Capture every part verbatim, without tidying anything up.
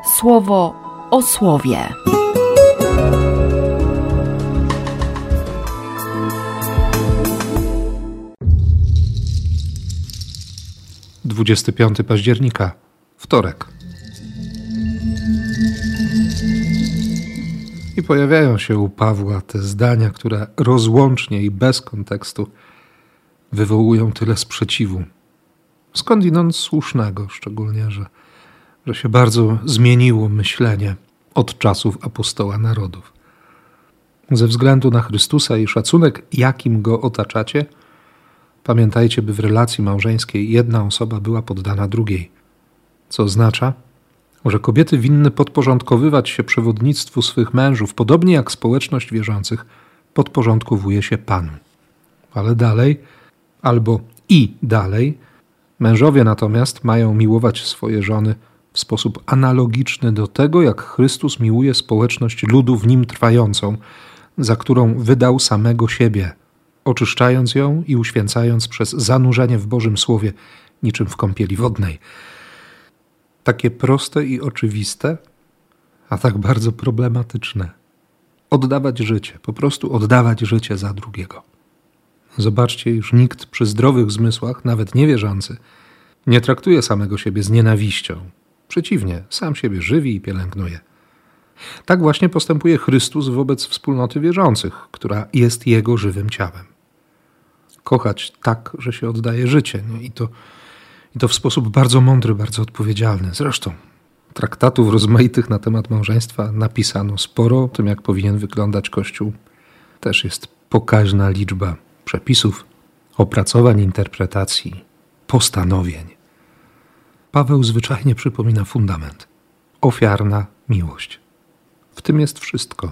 Słowo o słowie. dwudziestego piątego października, wtorek. I pojawiają się u Pawła te zdania, które rozłącznie i bez kontekstu wywołują tyle sprzeciwu. Skądinąd słusznego, szczególnie, że, że się bardzo zmieniło myślenie od czasów apostoła narodów. Ze względu na Chrystusa i szacunek, jakim Go otaczacie, pamiętajcie, by w relacji małżeńskiej jedna osoba była poddana drugiej, co oznacza, że kobiety winny podporządkowywać się przewodnictwu swych mężów, podobnie jak społeczność wierzących podporządkowuje się Panu. Ale dalej, albo i dalej, mężowie natomiast mają miłować swoje żony w sposób analogiczny do tego, jak Chrystus miłuje społeczność ludu w nim trwającą, za którą wydał samego siebie, oczyszczając ją i uświęcając przez zanurzenie w Bożym Słowie, niczym w kąpieli wodnej. Takie proste i oczywiste, a tak bardzo problematyczne. Oddawać życie, po prostu oddawać życie za drugiego. Zobaczcie, już nikt przy zdrowych zmysłach, nawet niewierzący, nie traktuje samego siebie z nienawiścią. Przeciwnie, sam siebie żywi i pielęgnuje. Tak właśnie postępuje Chrystus wobec wspólnoty wierzących, która jest Jego żywym ciałem. Kochać tak, że się oddaje życie. No i to, i to w sposób bardzo mądry, bardzo odpowiedzialny. Zresztą traktatów rozmaitych na temat małżeństwa napisano sporo. O tym, jak powinien wyglądać Kościół, też jest pokaźna liczba przepisów, opracowań, interpretacji, postanowień. Paweł zwyczajnie przypomina fundament. Ofiarna miłość. W tym jest wszystko.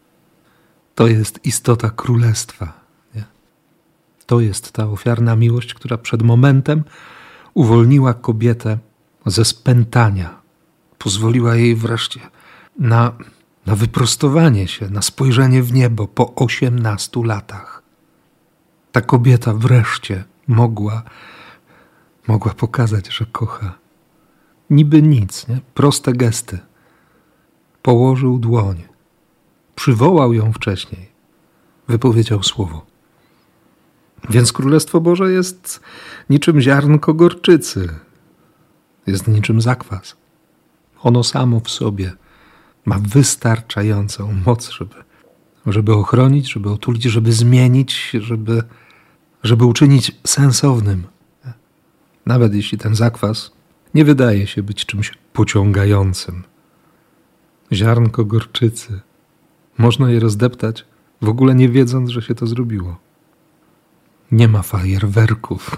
To jest istota królestwa. Nie? To jest ta ofiarna miłość, która przed momentem uwolniła kobietę ze spętania. Pozwoliła jej wreszcie na, na wyprostowanie się, na spojrzenie w niebo po osiemnastu latach. Ta kobieta wreszcie mogła, mogła pokazać, że kocha. Niby nic, nie? Proste gesty. Położył dłoń. Przywołał ją wcześniej. Wypowiedział słowo. Więc Królestwo Boże jest niczym ziarnko gorczycy. Jest niczym zakwas. Ono samo w sobie ma wystarczającą moc, żeby, żeby ochronić, żeby otulić, żeby zmienić, żeby, żeby uczynić sensownym. Nawet jeśli ten zakwas nie wydaje się być czymś pociągającym. Ziarnko gorczycy. Można je rozdeptać, w ogóle nie wiedząc, że się to zrobiło. Nie ma fajerwerków.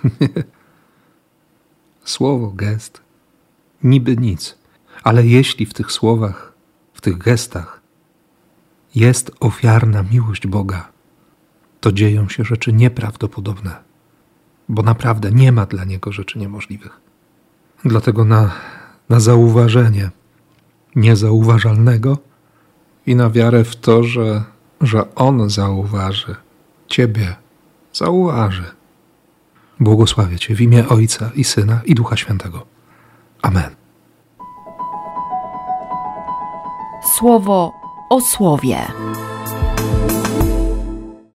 Słowo, gest. Niby nic. Ale jeśli w tych słowach, w tych gestach jest ofiarna miłość Boga, to dzieją się rzeczy nieprawdopodobne. Bo naprawdę nie ma dla Niego rzeczy niemożliwych. Dlatego na, na zauważenie niezauważalnego i na wiarę w to, że, że On zauważy, Ciebie zauważy. Błogosławię Cię w imię Ojca i Syna i Ducha Świętego. Amen. Słowo o słowie.